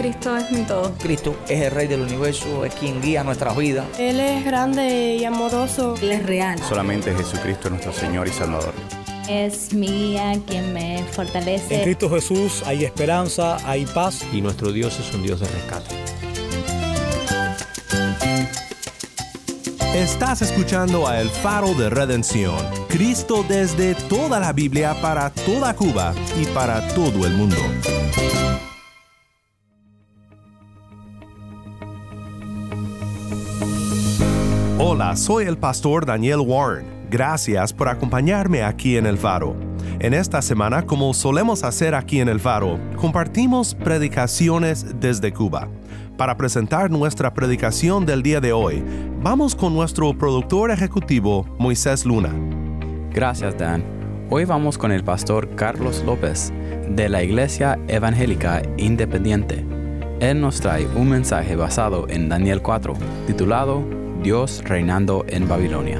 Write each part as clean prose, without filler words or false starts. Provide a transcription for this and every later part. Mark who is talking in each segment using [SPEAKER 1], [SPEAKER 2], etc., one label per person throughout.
[SPEAKER 1] Cristo es mi todo.
[SPEAKER 2] Cristo es el Rey del universo, es quien guía nuestras vidas.
[SPEAKER 3] Él es grande y amoroso.
[SPEAKER 4] Él es real.
[SPEAKER 5] Solamente Jesucristo es nuestro Señor y Salvador.
[SPEAKER 6] Es mi guía quien me fortalece.
[SPEAKER 7] En Cristo Jesús hay esperanza, hay paz.
[SPEAKER 8] Y nuestro Dios es un Dios de rescate.
[SPEAKER 9] Estás escuchando a El Faro de Redención. Cristo desde toda la Biblia para toda Cuba y para todo el mundo. Hola, soy el pastor Daniel Warren. Gracias por acompañarme aquí en El Faro. En esta semana, como solemos hacer aquí en El Faro, compartimos predicaciones desde Cuba. Para presentar nuestra predicación del día de hoy, vamos con nuestro productor ejecutivo, Moisés Luna.
[SPEAKER 10] Gracias, Dan. Hoy vamos con el pastor Carlos López, de la Iglesia Evangélica Independiente. Él nos trae un mensaje basado en Daniel 4, titulado Dios reinando en Babilonia.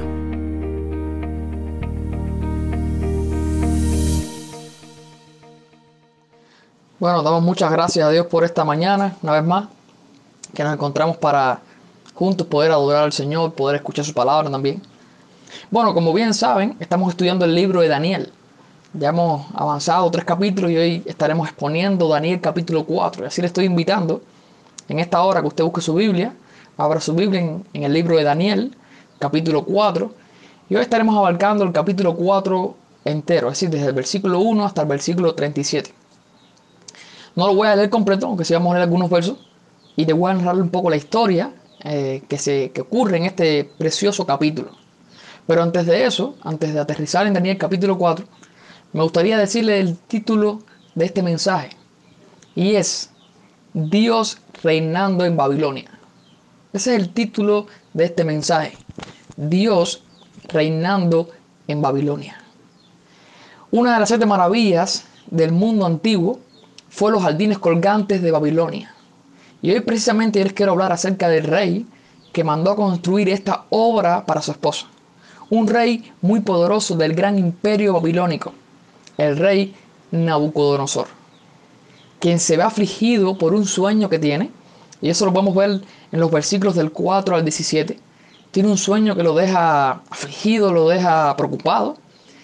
[SPEAKER 11] Bueno, damos muchas gracias a Dios por esta mañana, una vez más, que nos encontramos para juntos poder adorar al Señor, poder escuchar su palabra también. Bueno, como bien saben, estamos estudiando el libro de Daniel. Ya hemos avanzado 3 capítulos y hoy estaremos exponiendo Daniel capítulo 4. Y así le estoy invitando en esta hora que usted busque su Biblia, abra su Biblia en el libro de Daniel, capítulo 4. Y hoy estaremos abarcando el capítulo 4 entero, es decir, desde el versículo 1 hasta el versículo 37. No lo voy a leer completo, aunque sí vamos a leer algunos versos. Y te voy a narrar un poco la historia que ocurre en este precioso capítulo. Pero antes de eso, antes de aterrizar en Daniel capítulo 4, me gustaría decirle el título de este mensaje. Y es Dios reinando en Babilonia. Ese es el título de este mensaje. Dios reinando en Babilonia. Una de las 7 maravillas del mundo antiguo fue los jardines colgantes de Babilonia. Y hoy precisamente yo les quiero hablar acerca del rey que mandó a construir esta obra para su esposa. Un rey muy poderoso del gran imperio babilónico, el rey Nabucodonosor, quien se ve afligido por un sueño que tiene, y eso lo podemos ver en los versículos del 4 al 17. Tiene un sueño que lo deja afligido, lo deja preocupado.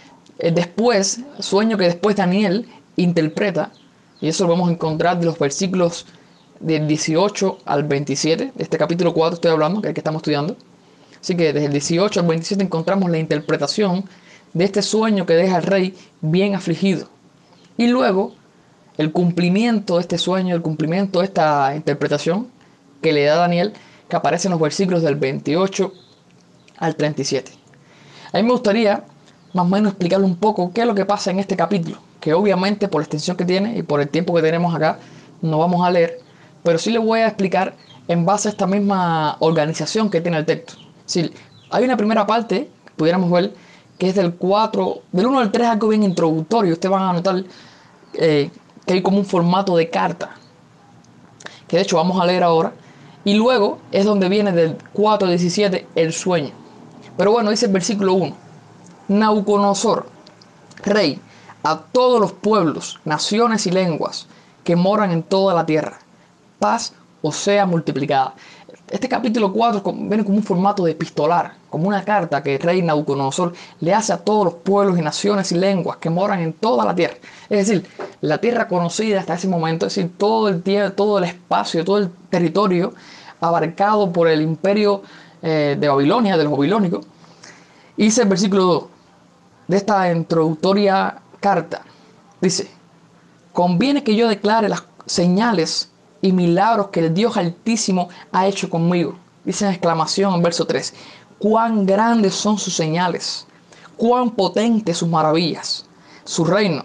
[SPEAKER 11] Sueño que después Daniel interpreta, y eso lo vamos a encontrar de los versículos del 18 al 27, de este capítulo 4 estoy hablando, que es el que estamos estudiando. Así que desde el 18 al 27 encontramos la interpretación de este sueño que deja al rey bien afligido. Y luego el cumplimiento de este sueño, el cumplimiento de esta interpretación que le da Daniel, que aparece en los versículos del 28 al 37. A mí me gustaría más o menos explicarle un poco qué es lo que pasa en este capítulo, que obviamente por la extensión que tiene y por el tiempo que tenemos acá no vamos a leer, pero sí le voy a explicar en base a esta misma organización que tiene el texto. Sí, hay una primera parte, pudiéramos ver, que es del 1 al 3, algo bien introductorio. Ustedes van a notar que hay como un formato de carta, que de hecho vamos a leer ahora. Y luego es donde viene del 4 al 17 el sueño. Pero bueno, dice el versículo 1. Nabucodonosor, rey, a todos los pueblos, naciones y lenguas que moran en toda la tierra, paz os sea multiplicada. Este capítulo 4 viene como un formato de epistolar, como una carta que el rey Nabucodonosor le hace a todos los pueblos y naciones y lenguas que moran en toda la tierra. Es decir, la tierra conocida hasta ese momento, es decir, todo el espacio, todo el territorio abarcado por el imperio de Babilonia, de los babilónicos. Y dice el versículo 2 de esta introductoria carta, dice: conviene que yo declare las señales y milagros que el Dios Altísimo ha hecho conmigo. Dice en exclamación en verso 3. Cuán grandes son sus señales, cuán potentes sus maravillas. Su reino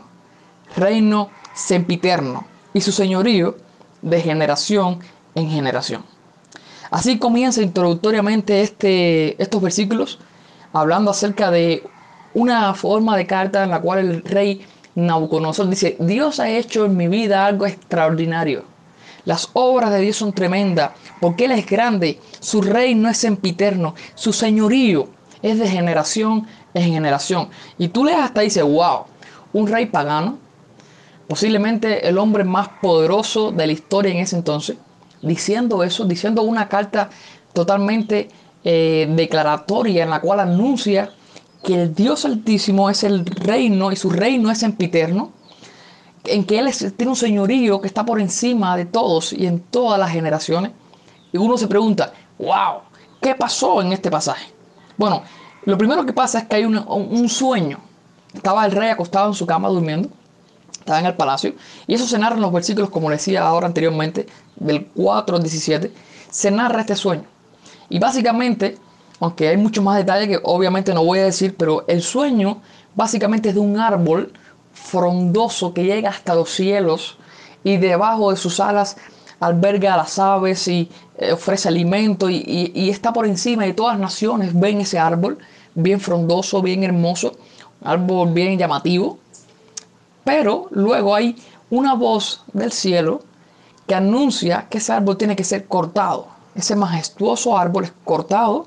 [SPEAKER 11] sempiterno, y su señorío de generación en generación. Así comienza introductoriamente estos versículos, hablando acerca de una forma de carta en la cual el rey Nabucodonosor dice: Dios ha hecho en mi vida algo extraordinario. Las obras de Dios son tremendas, porque Él es grande, su reino es sempiterno, su señorío es de generación en generación. Y tú lees hasta ahí y dices: wow, un rey pagano, posiblemente el hombre más poderoso de la historia en ese entonces, diciendo eso, diciendo una carta totalmente declaratoria en la cual anuncia que el Dios Altísimo es el reino y su reino es sempiterno, en que Él tiene un señorío que está por encima de todos y en todas las generaciones. Y uno se pregunta, wow, ¿qué pasó en este pasaje? Bueno, lo primero que pasa es que hay un sueño. Estaba el rey acostado en su cama durmiendo, estaba en el palacio, y eso se narra en los versículos, como le decía ahora anteriormente, del 4 al 17, se narra este sueño. Y básicamente, aunque hay muchos más detalles que obviamente no voy a decir, pero el sueño básicamente es de un árbol frondoso que llega hasta los cielos y debajo de sus alas alberga a las aves y ofrece alimento y está por encima de todas las naciones. Ven ese árbol bien frondoso, bien hermoso, árbol bien llamativo. Pero luego hay una voz del cielo que anuncia que ese árbol tiene que ser cortado. Ese majestuoso árbol es cortado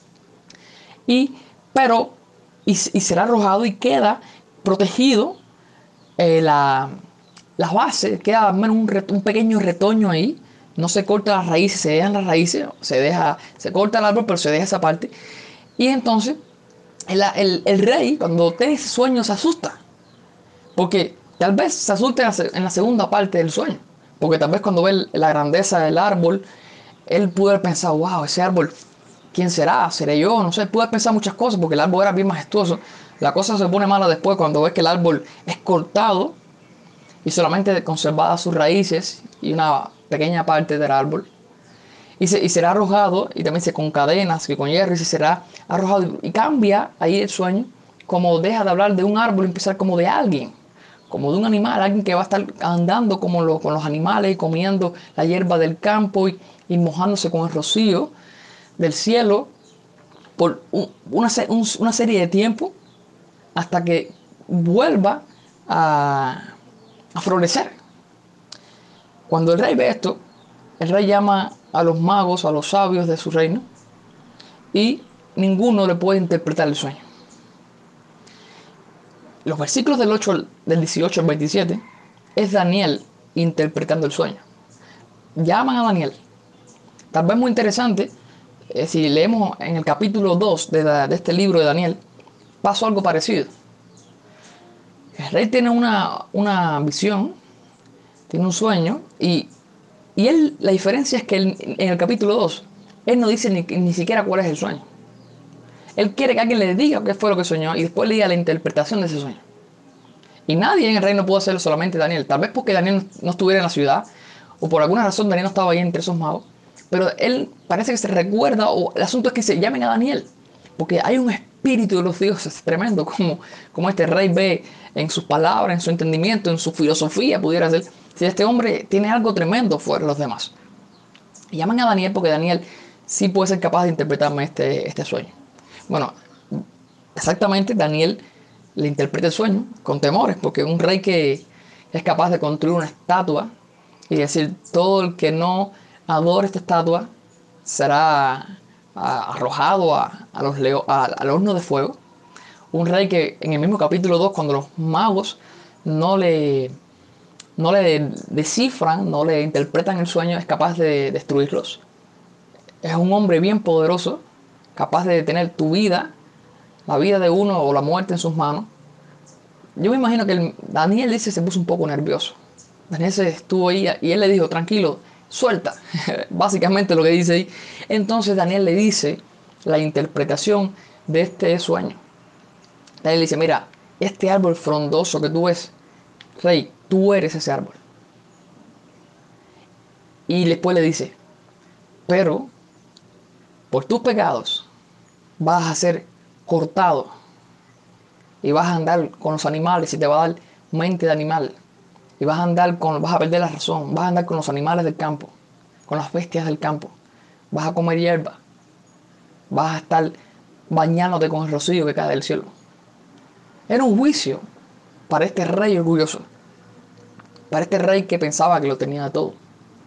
[SPEAKER 11] y será arrojado y queda protegido. La base queda al menos un pequeño retoño ahí. No se corta las raíces, se dejan las raíces, se corta el árbol, pero se deja esa parte. Y entonces el rey, cuando tiene ese sueño, se asusta. Porque tal vez se asuste en la segunda parte del sueño. Porque tal vez cuando ve la grandeza del árbol, él pudo haber pensado, wow, ese árbol, ¿quién será? ¿Seré yo? No sé, pudo haber pensado muchas cosas porque el árbol era bien majestuoso. La cosa se pone mala después cuando ves que el árbol es cortado y solamente conservadas sus raíces y una pequeña parte del árbol. Y será arrojado, y también con cadenas y con hierro, y se será arrojado. Y cambia ahí el sueño, como deja de hablar de un árbol y empezar como de alguien, como de un animal, alguien que va a estar andando con los animales y comiendo la hierba del campo y mojándose con el rocío del cielo por una serie de tiempo hasta que vuelva a florecer. Cuando el rey ve esto, el rey llama a los magos, a los sabios de su reino, y ninguno le puede interpretar el sueño. Los versículos del 18 al 27 es Daniel interpretando el sueño. Llaman a Daniel. Tal vez muy interesante, si leemos en el capítulo 2 de este libro de Daniel, pasó algo parecido. El rey tiene una visión, tiene un sueño, y él, la diferencia es que en el capítulo 2, él no dice ni siquiera cuál es el sueño. Él quiere que alguien le diga qué fue lo que soñó y después le diga la interpretación de ese sueño. Y nadie en el reino pudo hacerlo, solamente Daniel. Tal vez porque Daniel no estuviera en la ciudad, o por alguna razón Daniel no estaba ahí entre esos magos. Pero él parece que se recuerda, o el asunto es que se llamen a Daniel. Porque hay un espíritu de los dioses tremendo, como este rey ve en sus palabras, en su entendimiento, en su filosofía, pudiera ser. Si este hombre tiene algo tremendo fuera de los demás. Y llaman a Daniel porque Daniel sí puede ser capaz de interpretarme este sueño. Bueno, exactamente, Daniel le interpreta el sueño con temores, porque un rey que es capaz de construir una estatua y decir, todo el que no adore esta estatua será arrojado al horno de fuego. Un rey que en el mismo capítulo 2, cuando los magos no le descifran, no le interpretan el sueño, es capaz de destruirlos. Es un hombre bien poderoso, capaz de detener tu vida, la vida de uno o la muerte en sus manos. Yo me imagino que Daniel dice se puso un poco nervioso. Daniel estuvo ahí y él le dijo, tranquilo, suelta. Básicamente lo que dice ahí. Entonces Daniel le dice la interpretación de este sueño. Daniel dice, mira, este árbol frondoso que tú ves, rey, tú eres ese árbol. Y después le dice, pero por tus pecados vas a ser cortado y vas a andar con los animales y te va a dar mente de animal y vas a perder la razón, vas a andar con los animales del campo, con las bestias del campo, vas a comer hierba, vas a estar bañándote con el rocío que cae del cielo. Era un juicio para este rey orgulloso, para este rey que pensaba que lo tenía todo.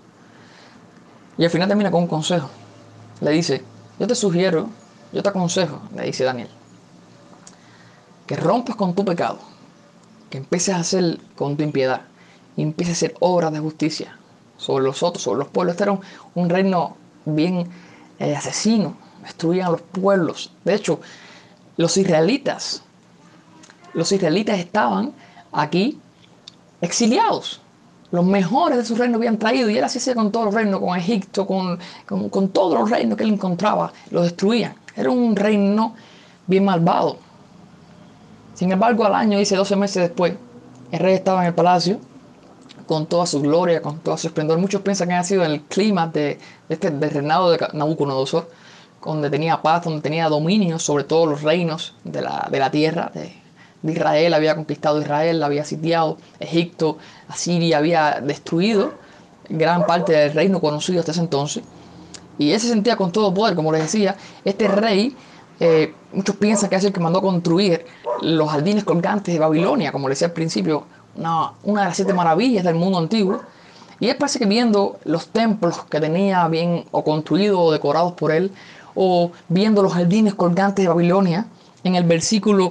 [SPEAKER 11] Y al final termina con un consejo. Le dice, yo te aconsejo, le dice Daniel, que rompas con tu pecado, que empieces a hacer con tu impiedad, y empieza a hacer obras de justicia sobre los otros, sobre los pueblos. Este era un reino bien asesino, destruían los pueblos. De hecho, los israelitas estaban aquí exiliados. Los mejores de su reino habían traído, y él así hacía con todos los reinos, con Egipto, con todos los reinos que él encontraba, los destruían. Era un reino bien malvado. Sin embargo, al año, dice 12 meses después, el rey estaba en el palacio con toda su gloria, con todo su esplendor. Muchos piensan que ha sido el clima del reinado de Nabucodonosor, donde tenía paz, donde tenía dominio sobre todos los reinos de la tierra de Israel. Había conquistado Israel, había sitiado Egipto, Asiria, había destruido gran parte del reino conocido hasta ese entonces. Y él se sentía con todo poder, como les decía. Este rey, muchos piensan que es el que mandó a construir los jardines colgantes de Babilonia, como les decía al principio, una de las 7 maravillas del mundo antiguo. Y él parece que viendo los templos que tenía bien o construidos o decorados por él, o viendo los jardines colgantes de Babilonia, en el versículo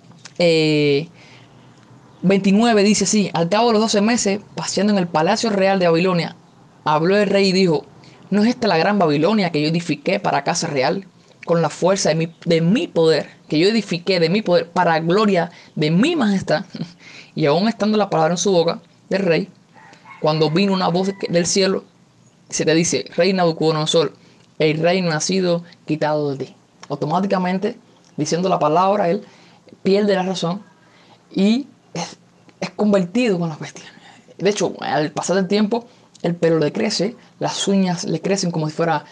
[SPEAKER 11] 29 dice así: al cabo de los 12 meses, paseando en el palacio real de Babilonia, habló el rey y dijo: ¿no es esta la gran Babilonia que yo edifiqué para casa real, con la fuerza de mi poder, que yo edifiqué de mi poder para gloria de mi majestad? Y aún estando la palabra en su boca del rey, cuando vino una voz del cielo, se le dice: rey Nabucodonosor, el reino ha sido quitado de ti. Automáticamente, diciendo la palabra, él pierde la razón y es convertido con las bestias. De hecho, al pasar el tiempo, el pelo le crece, las uñas le crecen como si fuera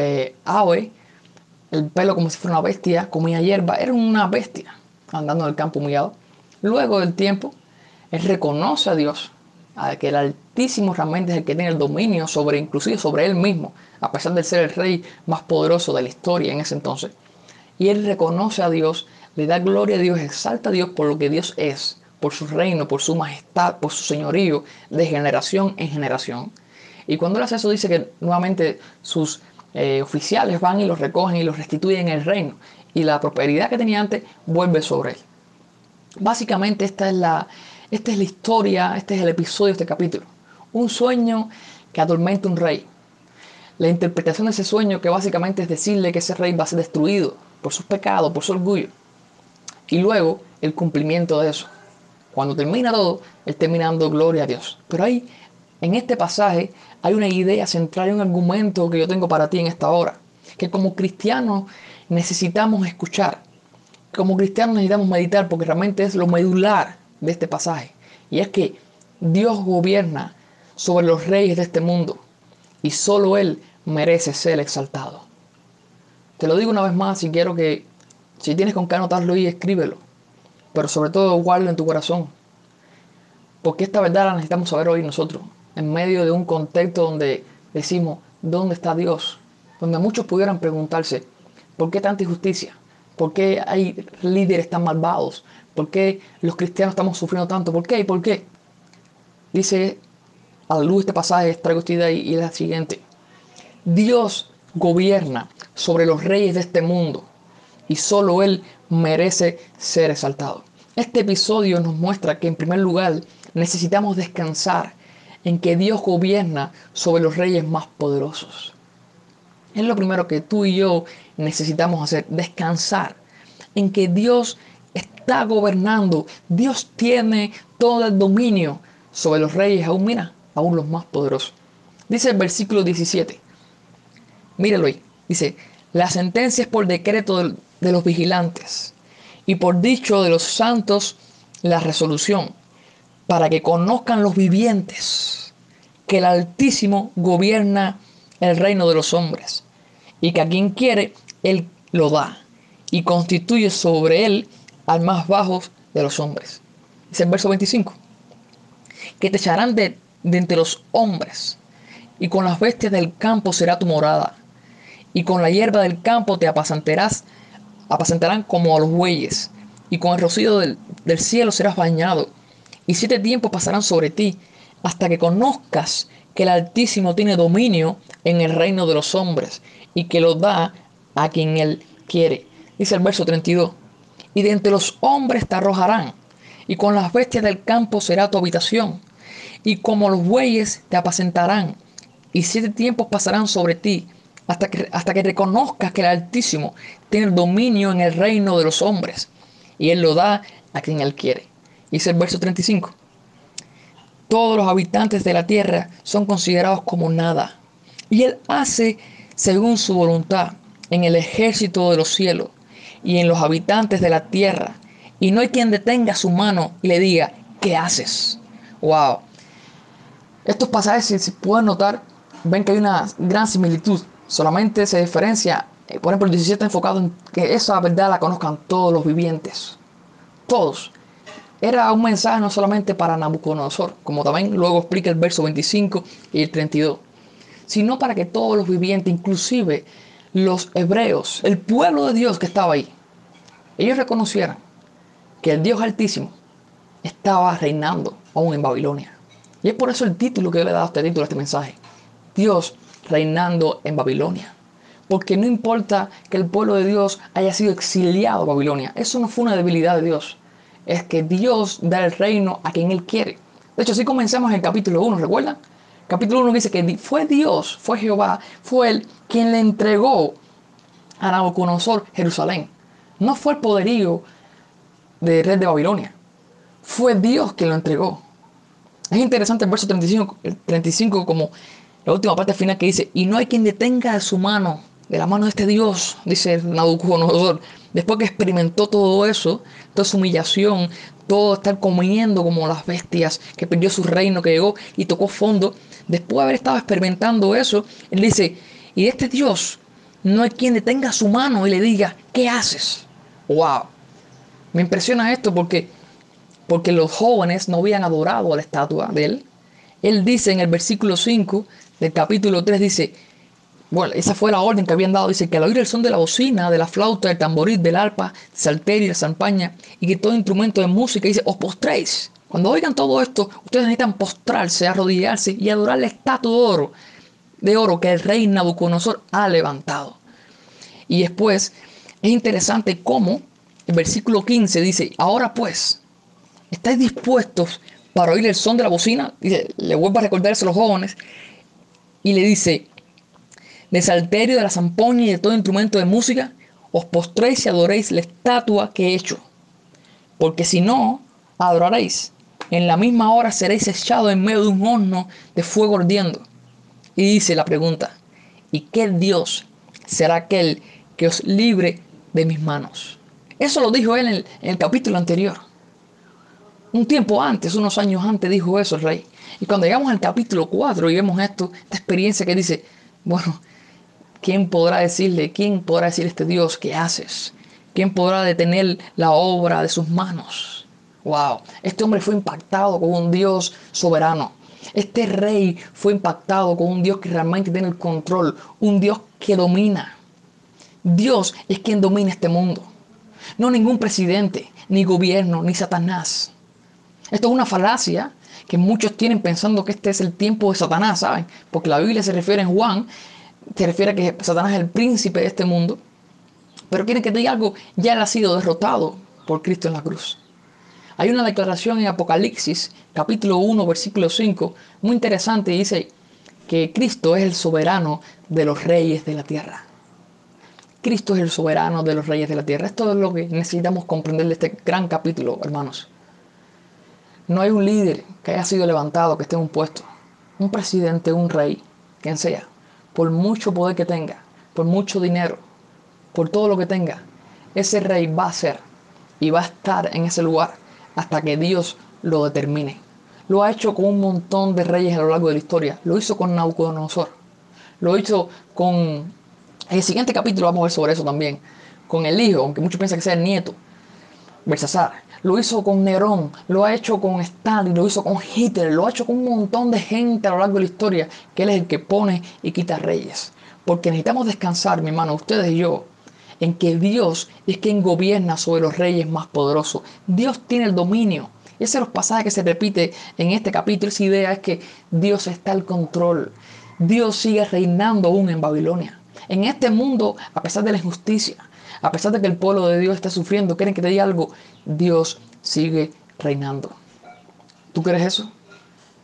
[SPEAKER 11] ave, el pelo como si fuera una bestia, comía hierba, era una bestia andando en el campo humillado. Luego del tiempo, él reconoce a Dios, a que el Altísimo realmente es el que tiene el dominio inclusive sobre él mismo, a pesar de ser el rey más poderoso de la historia en ese entonces. Y él reconoce a Dios, le da gloria a Dios, exalta a Dios por lo que Dios es, por su reino, por su majestad, por su señorío, de generación en generación. Y cuando él hace eso, dice que nuevamente sus oficiales van y los recogen y los restituyen el reino, y la prosperidad que tenía antes vuelve sobre él. Básicamente esta es la historia, este es el episodio de este capítulo. Un sueño que atormenta a un rey. La interpretación de ese sueño, que básicamente es decirle que ese rey va a ser destruido por sus pecados, por su orgullo. Y luego el cumplimiento de eso. Cuando termina todo, él termina dando gloria a Dios. Pero ahí, en este pasaje, hay una idea central y un argumento que yo tengo para ti en esta hora, que como cristianos necesitamos escuchar. Como cristianos necesitamos meditar, porque realmente es lo medular de este pasaje. Y es que Dios gobierna sobre los reyes de este mundo, y solo Él merece ser exaltado. Te lo digo una vez más, y quiero que, si tienes con qué anotarlo y escríbelo, pero sobre todo guárdalo en tu corazón, porque esta verdad la necesitamos saber hoy nosotros, en medio de un contexto donde decimos: ¿dónde está Dios? Donde muchos pudieran preguntarse: ¿por qué tanta injusticia? ¿Por qué hay líderes tan malvados? ¿Por qué los cristianos estamos sufriendo tanto? ¿Por qué? ¿Y por qué? Dice a la luz de este pasaje, traigo esta idea y es la siguiente: Dios gobierna sobre los reyes de este mundo, y solo Él merece ser exaltado. Este episodio nos muestra que, en primer lugar, necesitamos descansar en que Dios gobierna sobre los reyes más poderosos. Es lo primero que tú y yo necesitamos hacer: descansar en que Dios está gobernando. Dios tiene todo el dominio sobre los reyes, aún los más poderosos. Dice el versículo 17, míralo ahí, dice: la sentencia es por decreto de los vigilantes, y por dicho de los santos la resolución, para que conozcan los vivientes que el Altísimo gobierna el reino de los hombres, y que a quien quiere Él lo da, y constituye sobre él al más bajo de los hombres. Dice el verso 25, que te echarán de entre los hombres, y con las bestias del campo será tu morada, y con la hierba del campo te apacentarán como a los bueyes, y con el rocío del cielo serás bañado, y 7 tiempos pasarán sobre ti, hasta que conozcas que el Altísimo tiene dominio en el reino de los hombres, y que lo da a quien Él quiere. Dice el verso 32, y de entre los hombres te arrojarán, y con las bestias del campo será tu habitación, y como los bueyes te apacentarán, y 7 tiempos pasarán sobre ti, hasta que reconozcas que el Altísimo tiene el dominio en el reino de los hombres, y Él lo da a quien Él quiere. Dice el verso 35. Todos los habitantes de la tierra son considerados como nada, y Él hace según su voluntad en el ejército de los cielos y en los habitantes de la tierra, y no hay quien detenga su mano y le diga, ¿qué haces? ¡Wow! Estos pasajes, si pueden notar, ven que hay una gran similitud. Solamente se diferencia, por ejemplo, el 17 está enfocado en que esa verdad la conozcan todos los vivientes. Todos. Era un mensaje no solamente para Nabucodonosor, como también luego explica el verso 25 y el 32, sino para que todos los vivientes, inclusive los hebreos, el pueblo de Dios que estaba ahí, ellos reconocieran que el Dios Altísimo estaba reinando aún en Babilonia. Y es por eso el título que yo le he dado a este título, a este mensaje. Dios reinando en Babilonia. Porque no importa que el pueblo de Dios haya sido exiliado a Babilonia. Eso no fue una debilidad de Dios. Es que Dios da el reino a quien Él quiere. De hecho, así comenzamos en el capítulo 1, ¿recuerdan? Capítulo 1 dice que fue Dios, fue Jehová, fue Él quien le entregó a Nabucodonosor Jerusalén. No fue el poderío del rey de Babilonia. Fue Dios quien lo entregó. Es interesante el verso 35 como la última parte final que dice, y no hay quien detenga de su mano, de la mano de este Dios, dice Nabucodonosor, después que experimentó todo eso, toda su humillación, todo estar comiendo como las bestias, que perdió su reino, que llegó y tocó fondo. Después de haber estado experimentando eso, él dice, y de este Dios no hay quien detenga su mano y le diga, ¿qué haces? ¡Wow! Me impresiona esto porque los jóvenes no habían adorado a la estatua de él. Él dice en el versículo 5 del capítulo 3, dice, bueno, esa fue la orden que habían dado, dice que al oír el son de la bocina, de la flauta, del tamboril, del arpa, del salterio y de la zampaña, y que todo instrumento de música, dice, os postréis. Cuando oigan todo esto, ustedes necesitan postrarse, arrodillarse y adorar la estatua de oro que el rey Nabucodonosor ha levantado. Y después es interesante cómo el versículo 15 dice, ahora pues, ¿estáis dispuestos para oír el son de la bocina? Dice, le vuelvo a recordarse a los jóvenes y le dice, de salterio, de la zampoña y de todo instrumento de música, os postréis y adoréis la estatua que he hecho. Porque si no adoraréis, en la misma hora seréis echados en medio de un horno de fuego ardiendo. Y dice la pregunta, ¿y qué Dios será aquel que os libre de mis manos? Eso lo dijo él en el capítulo anterior. Un tiempo antes, unos años antes, dijo eso el rey. Y cuando llegamos al capítulo 4 y vemos esta experiencia que dice, bueno, ¿quién podrá decirle a este Dios qué haces? ¿Quién podrá detener la obra de sus manos? ¡Wow! Este hombre fue impactado con un Dios soberano. Este rey fue impactado con un Dios que realmente tiene el control. Un Dios que domina. Dios es quien domina este mundo. No ningún presidente, ni gobierno, ni Satanás. Esto es una falacia que muchos tienen pensando que este es el tiempo de Satanás, ¿saben? Porque la Biblia se refiere en Juan, se refiere a que Satanás es el príncipe de este mundo. Pero quieren que te diga algo, ya él ha sido derrotado por Cristo en la cruz. Hay una declaración en Apocalipsis, capítulo 1, versículo 5, muy interesante, y dice que Cristo es el soberano de los reyes de la tierra. Cristo es el soberano de los reyes de la tierra. Esto es lo que necesitamos comprender de este gran capítulo, hermanos. No hay un líder que haya sido levantado, que esté en un puesto. Un presidente, un rey, quien sea. Por mucho poder que tenga, por mucho dinero, por todo lo que tenga, ese rey va a ser y va a estar en ese lugar hasta que Dios lo determine. Lo ha hecho con un montón de reyes a lo largo de la historia. Lo hizo con Nabucodonosor. Lo hizo con... En el siguiente capítulo vamos a ver sobre eso también. Con el hijo, aunque muchos piensan que sea el nieto, Belsasar. Lo hizo con Nerón, lo ha hecho con Stalin, lo hizo con Hitler, lo ha hecho con un montón de gente a lo largo de la historia, que él es el que pone y quita reyes. Porque necesitamos descansar, mi hermano, ustedes y yo, en que Dios es quien gobierna sobre los reyes más poderosos. Dios tiene el dominio. Y ese es los pasajes que se repite en este capítulo. Esa idea es que Dios está al control. Dios sigue reinando aún en Babilonia. En este mundo, a pesar de la injusticia, a pesar de que el pueblo de Dios está sufriendo, ¿quieren que te diga algo? Dios sigue reinando. ¿Tú crees eso?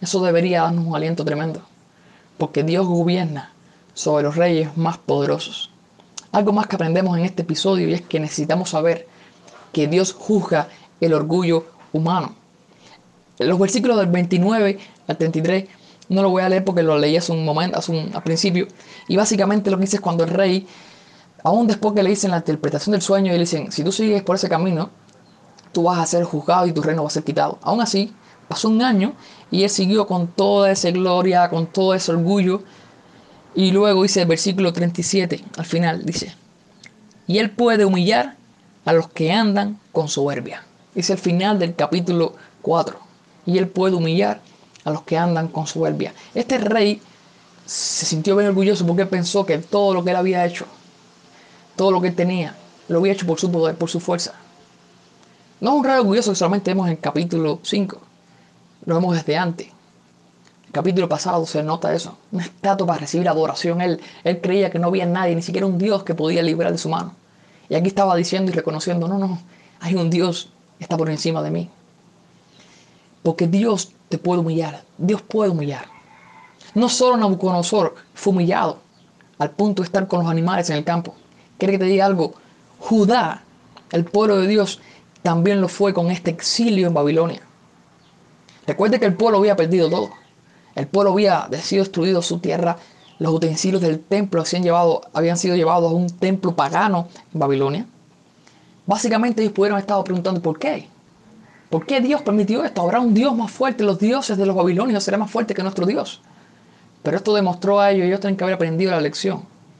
[SPEAKER 11] Eso debería darnos un aliento tremendo, porque Dios gobierna sobre los reyes más poderosos. Algo más que aprendemos en este episodio y es que necesitamos saber que Dios juzga el orgullo humano. Los versículos del 29 al 33 no lo voy a leer porque lo leí al principio, y básicamente lo que dice es cuando el rey, aún después que le dicen la interpretación del sueño y le dicen, si tú sigues por ese camino, tú vas a ser juzgado y tu reino va a ser quitado. Aún así, pasó un año y él siguió con toda esa gloria, con todo ese orgullo. Y luego dice el versículo 37, al final dice, y él puede humillar a los que andan con soberbia. Dice el final del capítulo 4. Y él puede humillar a los que andan con soberbia. Este rey se sintió bien orgulloso porque pensó que todo lo que él había hecho, todo lo que él tenía, lo había hecho por su poder, por su fuerza. No es un rey orgulloso que solamente vemos en el capítulo 5. Lo vemos desde antes. El capítulo pasado se nota eso. Una estatua para recibir adoración. Él creía que no había nadie, ni siquiera un Dios que podía librar de su mano. Y aquí estaba diciendo y reconociendo, no, hay un Dios que está por encima de mí. Porque Dios te puede humillar. Dios puede humillar. No solo Nabucodonosor fue humillado al punto de estar con los animales en el campo. ¿Quiere que te diga algo? Judá, el pueblo de Dios, también lo fue con este exilio en Babilonia. Recuerde que el pueblo había perdido todo. El pueblo había sido destruido su tierra. Los utensilios del templo habían sido llevados a un templo pagano en Babilonia. Básicamente ellos pudieron haber estado preguntando ¿por qué? ¿Por qué Dios permitió esto? ¿Habrá un Dios más fuerte? Los dioses de los babilonios serán más fuertes que nuestro Dios. Pero esto demostró a ellos tienen que haber aprendido la lección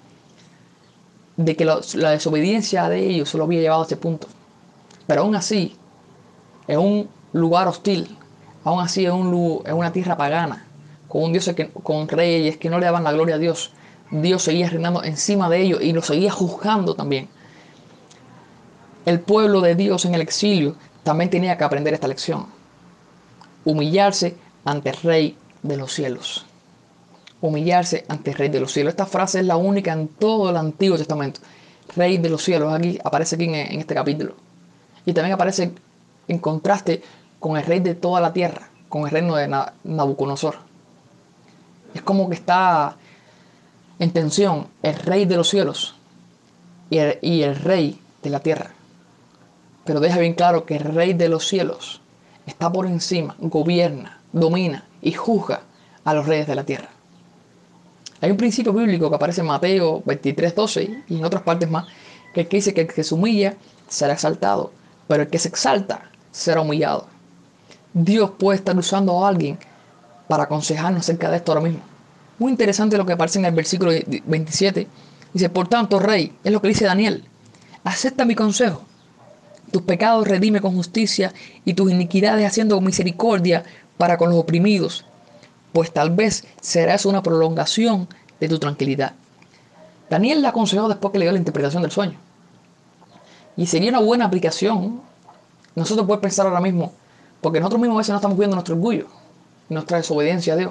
[SPEAKER 11] de que la desobediencia de ellos se lo había llevado a este punto. Pero aún así, en un lugar hostil, aún así en una tierra pagana, con reyes que no le daban la gloria a Dios, Dios seguía reinando encima de ellos y los seguía juzgando también. El pueblo de Dios en el exilio también tenía que aprender esta lección. Humillarse ante el Rey de los cielos. Humillarse ante el Rey de los cielos. Esta frase es la única en todo el Antiguo Testamento. Rey de los cielos. Aparece aquí en este capítulo. Y también aparece en contraste con el Rey de toda la tierra, con el reino de Nabucodonosor. Es como que está en tensión el Rey de los cielos y el Rey de la tierra. Pero deja bien claro que el Rey de los cielos está por encima, gobierna, domina y juzga a los reyes de la tierra. Hay un principio bíblico que aparece en Mateo 23:12 y en otras partes más, que dice que el que se humilla será exaltado, pero el que se exalta será humillado. Dios puede estar usando a alguien para aconsejarnos acerca de esto ahora mismo. Muy interesante lo que aparece en el versículo 27. Dice, por tanto, Rey, es lo que dice Daniel, acepta mi consejo. Tus pecados redime con justicia y tus iniquidades haciendo misericordia para con los oprimidos, pues tal vez será eso una prolongación de tu tranquilidad. Daniel la aconsejó después que le dio la interpretación del sueño. Y sería una buena aplicación. Nosotros podemos pensar ahora mismo, porque nosotros mismos a veces no estamos viendo nuestro orgullo, nuestra desobediencia a Dios.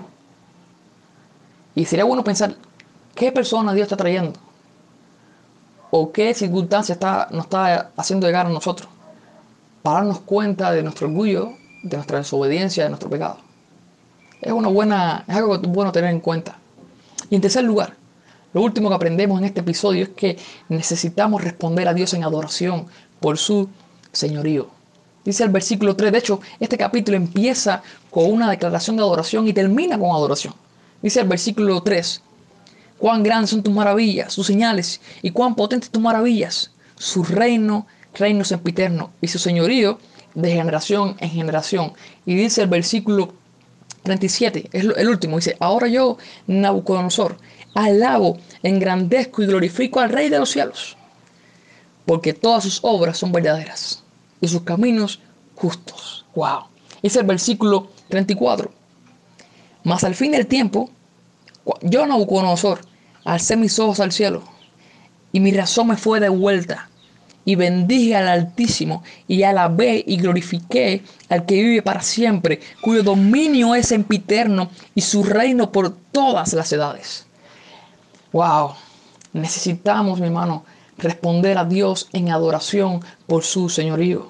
[SPEAKER 11] Y sería bueno pensar, ¿qué persona Dios está trayendo? ¿O qué circunstancia nos está haciendo llegar a nosotros? Para darnos cuenta de nuestro orgullo, de nuestra desobediencia, de nuestro pecado. Es algo bueno tener en cuenta. Y en tercer lugar, lo último que aprendemos en este episodio es que necesitamos responder a Dios en adoración por su señorío. Dice el versículo 3, de hecho, este capítulo empieza con una declaración de adoración y termina con adoración. Dice el versículo 3, cuán grandes son tus maravillas, sus señales, y cuán potentes tus maravillas. Su reino sempiterno, y su señorío de generación en generación. Y dice el versículo 37, es el último, dice, ahora yo, Nabucodonosor, alabo, engrandezco y glorifico al Rey de los cielos, porque todas sus obras son verdaderas, y sus caminos justos. Wow. Dice el versículo 34, mas al fin del tiempo, yo, Nabucodonosor, alcé mis ojos al cielo, y mi razón me fue devuelta, y bendije al Altísimo, y alabé y glorifiqué al que vive para siempre, cuyo dominio es sempiterno, y su reino por todas las edades. Wow, necesitamos, mi hermano, responder a Dios en adoración por su señorío.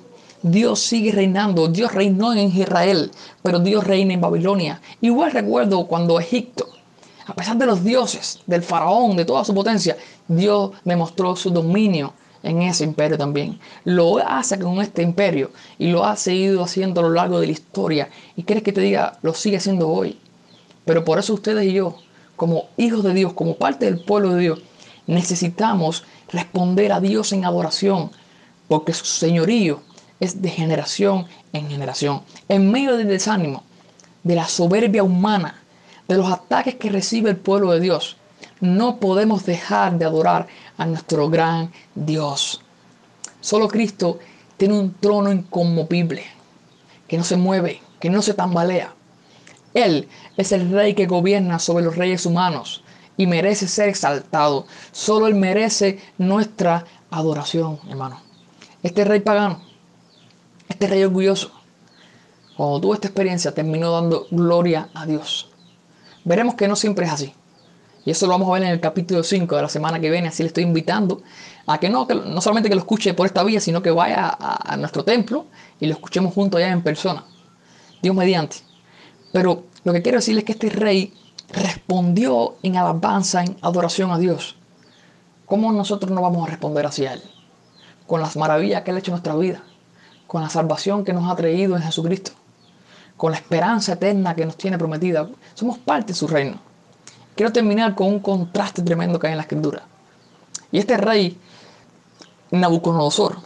[SPEAKER 11] Dios sigue reinando. Dios reinó en Israel, pero Dios reina en Babilonia. Igual recuerdo cuando Egipto, a pesar de los dioses, del faraón, de toda su potencia, Dios demostró su dominio en ese imperio también. Lo hace con este imperio y lo ha seguido haciendo a lo largo de la historia. Y quieres que te diga, lo sigue haciendo hoy. Pero por eso ustedes y yo, como hijos de Dios, como parte del pueblo de Dios, necesitamos responder a Dios en adoración, porque su señorío es de generación en generación. En medio del desánimo, de la soberbia humana, de los ataques que recibe el pueblo de Dios, no podemos dejar de adorar a nuestro gran Dios. Solo Cristo tiene un trono inconmovible, que no se mueve, que no se tambalea. Él es el rey que gobierna sobre los reyes humanos y merece ser exaltado. Solo Él merece nuestra adoración, hermano. Este rey pagano, este rey orgulloso, cuando tuvo esta experiencia, terminó dando gloria a Dios. Veremos que no siempre es así. Y eso lo vamos a ver en el capítulo 5 de la semana que viene. Así le estoy invitando a que no solamente que lo escuche por esta vía, sino que vaya a nuestro templo y lo escuchemos juntos allá en persona. Dios mediante. Pero lo que quiero decirles es que este rey respondió en alabanza, en adoración a Dios. ¿Cómo nosotros no vamos a responder hacia Él? Con las maravillas que Él ha hecho en nuestra vida. Con la salvación que nos ha traído en Jesucristo. Con la esperanza eterna que nos tiene prometida. Somos parte de su reino. Quiero terminar con un contraste tremendo que hay en la Escritura. Y este rey, Nabucodonosor,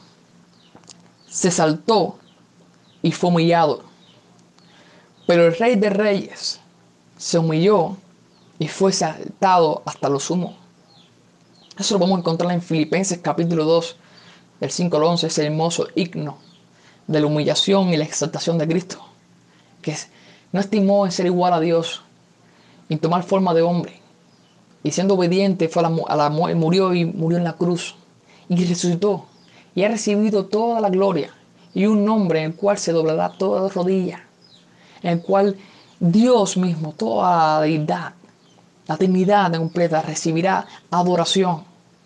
[SPEAKER 11] se exaltó y fue humillado. Pero el rey de reyes se humilló y fue exaltado hasta lo sumo. Eso lo vamos a encontrar en Filipenses capítulo 2, del 5 al 11, ese hermoso himno de la humillación y la exaltación de Cristo, que no estimó en ser igual a Dios, y tomar forma de hombre, y siendo obediente fue murió en la cruz, y resucitó, y ha recibido toda la gloria, y un nombre en el cual se doblará toda rodilla, en el cual Dios mismo, toda la deidad, la Trinidad completa, recibirá adoración.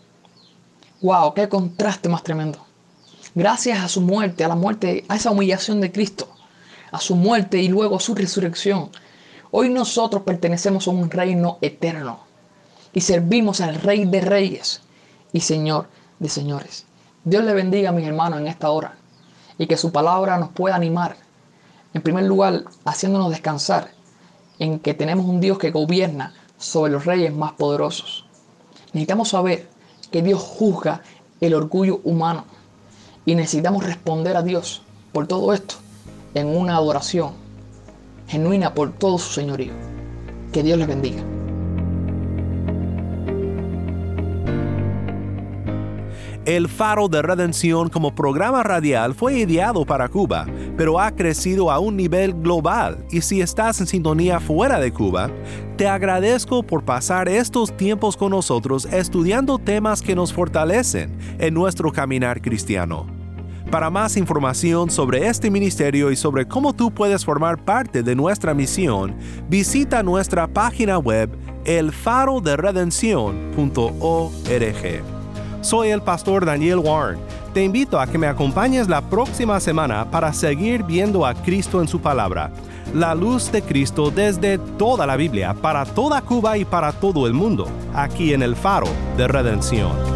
[SPEAKER 11] ¡Wow! ¡Qué contraste más tremendo! Gracias a su muerte, a esa humillación de Cristo, a su muerte y luego a su resurrección, hoy nosotros pertenecemos a un reino eterno y servimos al Rey de Reyes y Señor de Señores. Dios le bendiga a mis hermanos en esta hora y que su palabra nos pueda animar. En primer lugar, haciéndonos descansar en que tenemos un Dios que gobierna sobre los reyes más poderosos. Necesitamos saber que Dios juzga el orgullo humano y necesitamos responder a Dios por todo esto en una adoración genuina por todo su señorío. Que Dios les bendiga.
[SPEAKER 9] El Faro de Redención como programa radial fue ideado para Cuba, pero ha crecido a un nivel global, y si estás en sintonía fuera de Cuba, te agradezco por pasar estos tiempos con nosotros estudiando temas que nos fortalecen en nuestro caminar cristiano. Para más información sobre este ministerio y sobre cómo tú puedes formar parte de nuestra misión, visita nuestra página web elfaroderedencion.org. Soy el pastor Daniel Warren. Te invito a que me acompañes la próxima semana para seguir viendo a Cristo en su palabra, la luz de Cristo desde toda la Biblia, para toda Cuba y para todo el mundo, aquí en el Faro de Redención.